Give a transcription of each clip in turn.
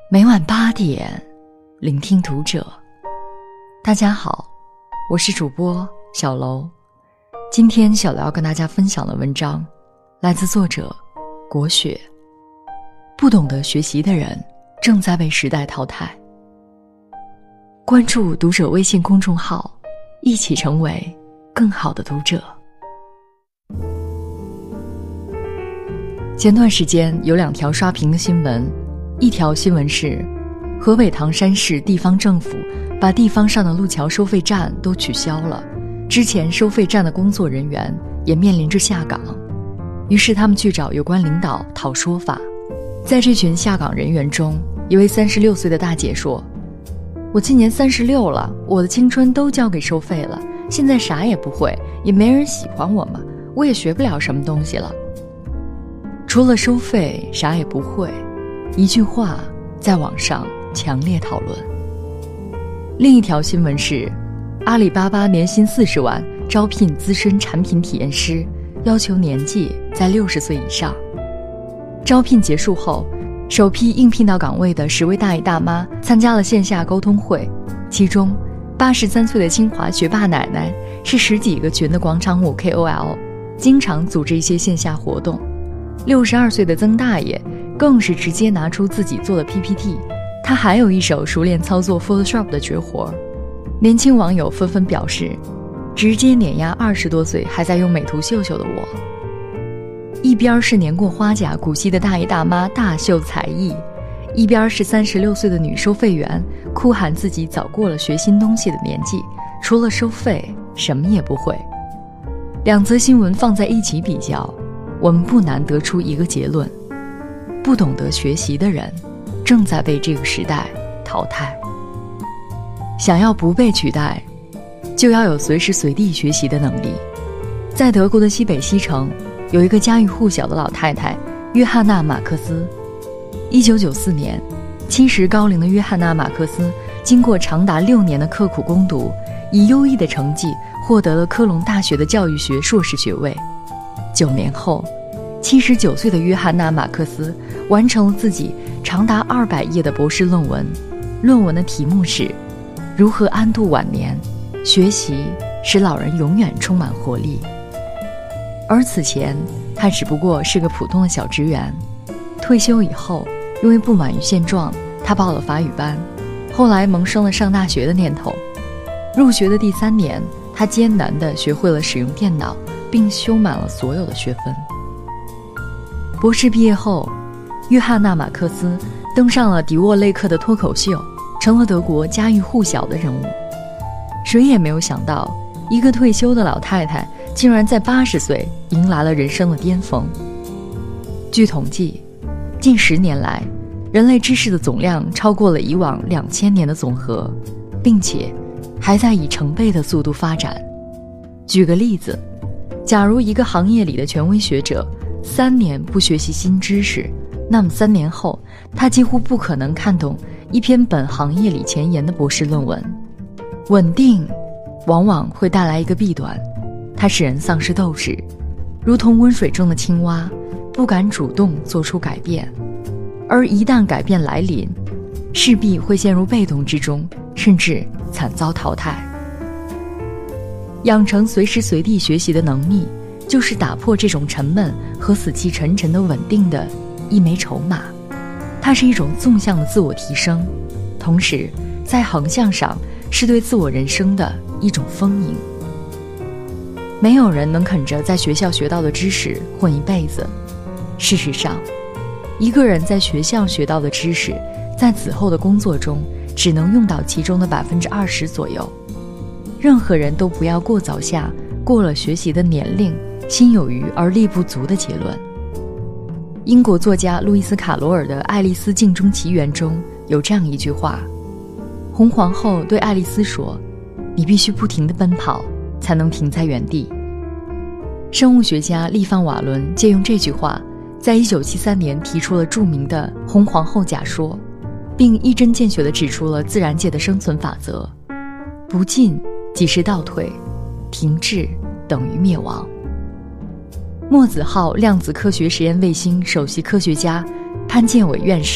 每晚8点，聆听读者。大家好，我是主播小楼。今天小楼要跟大家分享的文章来自作者国雪。不懂得学习的人正在被时代淘汰。关注读者微信公众号，一起成为更好的读者。前段时间有2条刷屏的新闻，一条新闻是河北唐山市地方政府把地方上的路桥收费站都取消了，之前收费站的工作人员也面临着下岗，于是他们去找有关领导讨说法。在这群下岗人员中，一位36岁的大姐说，我今年36了，我的青春都交给收费了，现在啥也不会，也没人喜欢我嘛，我也学不了什么东西了。除了收费啥也不会，一句话在网上强烈讨论。另一条新闻是阿里巴巴年薪40万招聘资深产品体验师，要求年纪在60岁以上。招聘结束后，首批应聘到岗位的10位大爷大妈参加了线下沟通会，其中83岁的清华学霸奶奶是10几个群的广场舞 KOL， 经常组织一些线下活动。62岁的曾大爷更是直接拿出自己做的 PPT， 他还有一手熟练操作 Photoshop 的绝活。年轻网友纷纷表示，直接碾压20多岁还在用美图秀秀的我。一边是年过花甲古稀的大爷大妈大秀才艺，一边是36岁的女收费员哭喊自己早过了学新东西的年纪，除了收费什么也不会。2则新闻放在一起比较，我们不难得出一个结论：不懂得学习的人正在被这个时代淘汰。想要不被取代，就要有随时随地学习的能力。在德国的西北西城，有一个家喻户晓的老太太约翰娜·马克思。1994年，70高龄的约翰娜·马克思经过长达6年的刻苦攻读，以优异的成绩获得了科隆大学的教育学硕士学位。9年后，79岁的约翰娜·马克思完成了自己长达200页的博士论文，论文的题目是如何安度晚年，学习使老人永远充满活力。而此前他只不过是个普通的小职员，退休以后因为不满于现状，他报了法语班，后来萌生了上大学的念头。入学的第3年，他艰难地学会了使用电脑，并修满了所有的学分。博士毕业后，约翰娜·马克思登上了迪沃雷克的脱口秀，成了德国家喻户晓的人物。谁也没有想到，一个退休的老太太竟然在80岁迎来了人生的巅峰。据统计，近10年来，人类知识的总量超过了以往2000年的总和，并且还在以成倍的速度发展。举个例子，假如一个行业里的权威学者3年不学习新知识，那么3年后他几乎不可能看懂一篇本行业里前沿的博士论文。稳定往往会带来一个弊端，它使人丧失斗志，如同温水中的青蛙，不敢主动做出改变，而一旦改变来临，势必会陷入被动之中，甚至惨遭淘汰。养成随时随地学习的能力，就是打破这种沉闷和死气沉沉的稳定的一枚筹码。它是一种纵向的自我提升，同时在横向上是对自我人生的一种丰盈。没有人能啃着在学校学到的知识混一辈子。事实上，一个人在学校学到的知识，在此后的工作中只能用到其中的20%左右。任何人都不要过早下过了学习的年龄，心有余而力不足的结论。英国作家路易斯·卡罗尔的《爱丽丝镜中奇缘》中有这样一句话：红皇后对爱丽丝说，你必须不停地奔跑，才能停在原地。生物学家利范瓦伦借用这句话，在1973年提出了著名的红皇后假说，并一针见血地指出了自然界的生存法则：不进即是倒退，停滞等于灭亡。墨子号量子科学实验卫星首席科学家潘建伟院士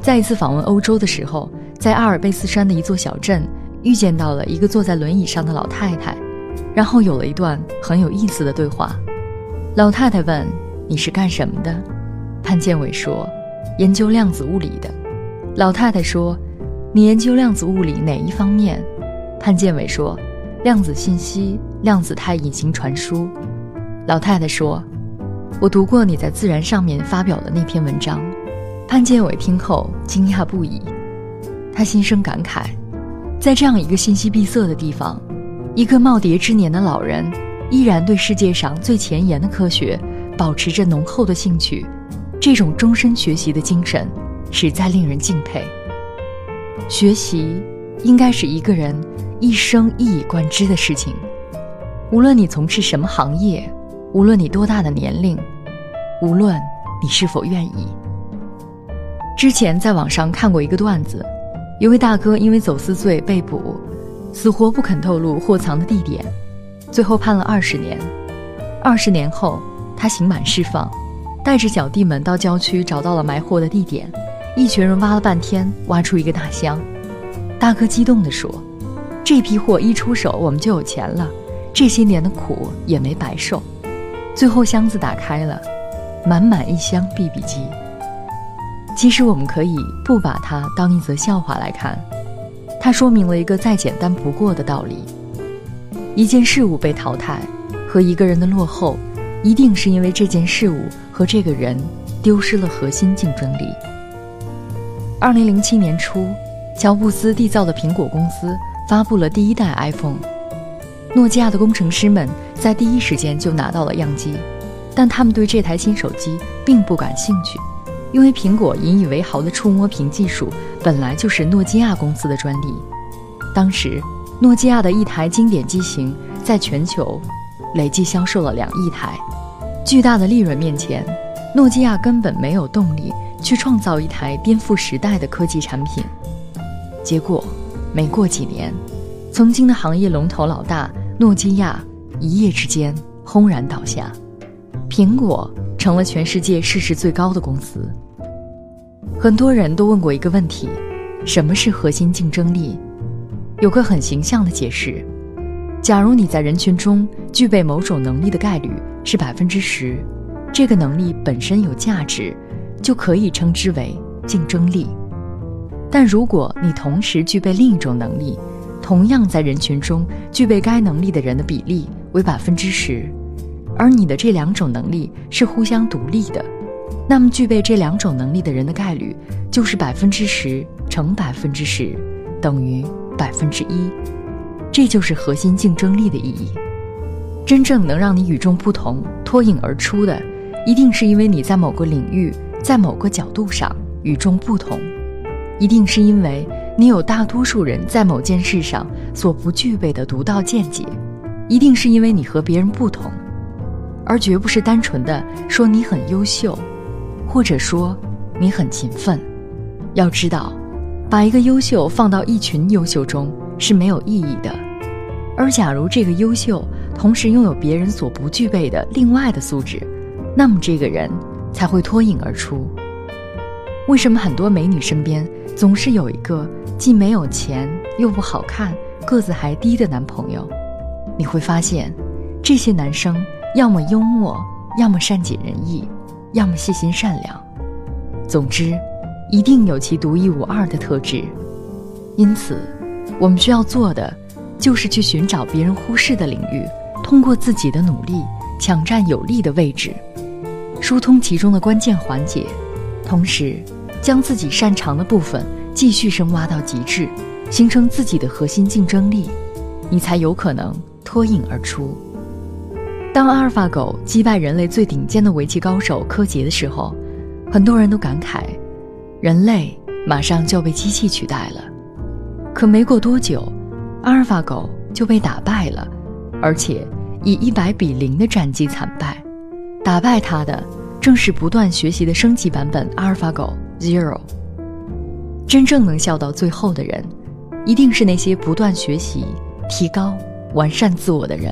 在一次访问欧洲的时候，在阿尔卑斯山的一座小镇遇见到了一个坐在轮椅上的老太太，然后有了一段很有意思的对话。老太太问：你是干什么的？潘建伟说：研究量子物理的。老太太说：你研究量子物理哪一方面？潘建伟说：量子信息、量子态隐形传输。老太太说：我读过你在自然上面发表的那篇文章。潘建伟听后惊讶不已，他心生感慨，在这样一个信息闭塞的地方，一个耄耋之年的老人依然对世界上最前沿的科学保持着浓厚的兴趣，这种终身学习的精神实在令人敬佩。学习应该是一个人一生一以贯之的事情，无论你从事什么行业，无论你多大的年龄，无论你是否愿意。之前在网上看过一个段子，有位大哥因为走私罪被捕，死活不肯透露货藏的地点，最后判了20年。20年后，他刑满释放，带着小弟们到郊区找到了埋货的地点，一群人挖了半天，挖出一个大箱。大哥激动地说：这批货一出手我们就有钱了，这些年的苦也没白受。最后箱子打开了，满满一箱 BB 机。其实我们可以不把它当一则笑话来看，它说明了一个再简单不过的道理：一件事物被淘汰和一个人的落后，一定是因为这件事物和这个人丢失了核心竞争力。2007年初，乔布斯缔造的苹果公司发布了第一代 iPhone， 诺基亚的工程师们在第一时间就拿到了样机，但他们对这台新手机并不感兴趣，因为苹果引以为豪的触摸屏技术本来就是诺基亚公司的专利。当时诺基亚的一台经典机型在全球累计销售了2亿台，巨大的利润面前，诺基亚根本没有动力去创造一台颠覆时代的科技产品。结果没过几年，曾经的行业龙头老大诺基亚一夜之间轰然倒下，苹果成了全世界市值最高的公司。很多人都问过一个问题：什么是核心竞争力？有个很形象的解释：假如你在人群中具备某种能力的概率是10%，这个能力本身有价值，就可以称之为竞争力。但如果你同时具备另一种能力，同样在人群中具备该能力的人的比例为10%，而你的这2种能力是互相独立的，那么具备这2种能力的人的概率就是10%乘10%等于1%。这就是核心竞争力的意义。真正能让你与众不同、脱颖而出的，一定是因为你在某个领域、在某个角度上与众不同，一定是因为你有大多数人在某件事上所不具备的独到见解，一定是因为你和别人不同，而绝不是单纯的说你很优秀，或者说你很勤奋。要知道，把一个优秀放到一群优秀中是没有意义的，而假如这个优秀同时拥有别人所不具备的另外的素质，那么这个人才会脱颖而出。为什么很多美女身边总是有一个既没有钱又不好看、个子还低的男朋友？你会发现，这些男生要么幽默，要么善解人意，要么细心善良，总之一定有其独一无二的特质。因此我们需要做的就是去寻找别人忽视的领域，通过自己的努力抢占有利的位置，疏通其中的关键环节，同时将自己擅长的部分继续深挖到极致，形成自己的核心竞争力，你才有可能脱颖而出。当阿尔法狗击败人类最顶尖的围棋高手柯洁的时候，很多人都感慨人类马上就要被机器取代了。可没过多久，阿尔法狗就被打败了，而且以100-0的战绩惨败。打败他的正是不断学习的升级版本阿尔法狗 Zero。 真正能笑到最后的人，一定是那些不断学习、提高、完善自我的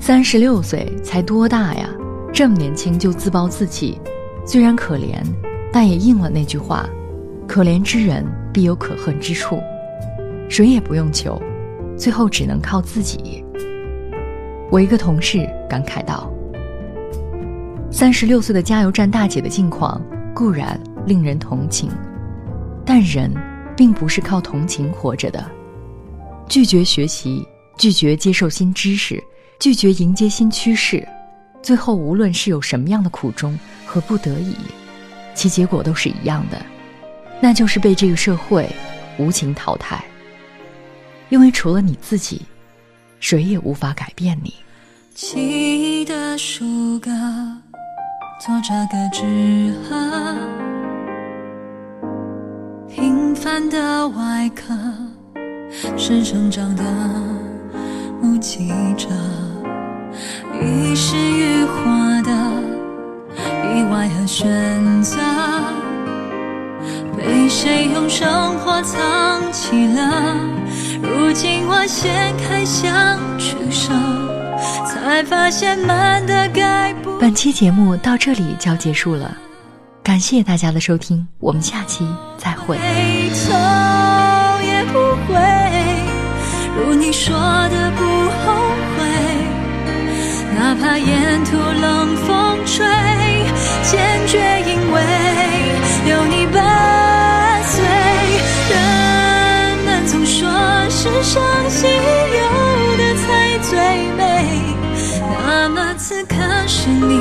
人。36岁才多大呀，这么年轻就自暴自弃，虽然可怜， 但也应了那句话，可怜之人必有可恨之处，谁也不用求，最后只能靠自己。我一个同事感慨道，36岁的加油站大姐的境况固然令人同情，但人并不是靠同情活着的。拒绝学习，拒绝接受新知识，拒绝迎接新趋势，最后无论是有什么样的苦衷和不得已，其结果都是一样的，那就是被这个社会无情淘汰。因为除了你自己，谁也无法改变你。 记忆的书格，做这个纸盒，平凡的外壳是成长的目击者，遗失与获得，意外和选择，被谁用生活藏起了。如今我掀开相取舍，才发现慢的该不。 本期节目到这里就要结束了，感谢大家的收听，我们下期再会。 走也不会如你说的不后悔，哪怕沿途冷风吹，坚决因为有你伴随。人们总说世上稀有的才最美，那么此刻是你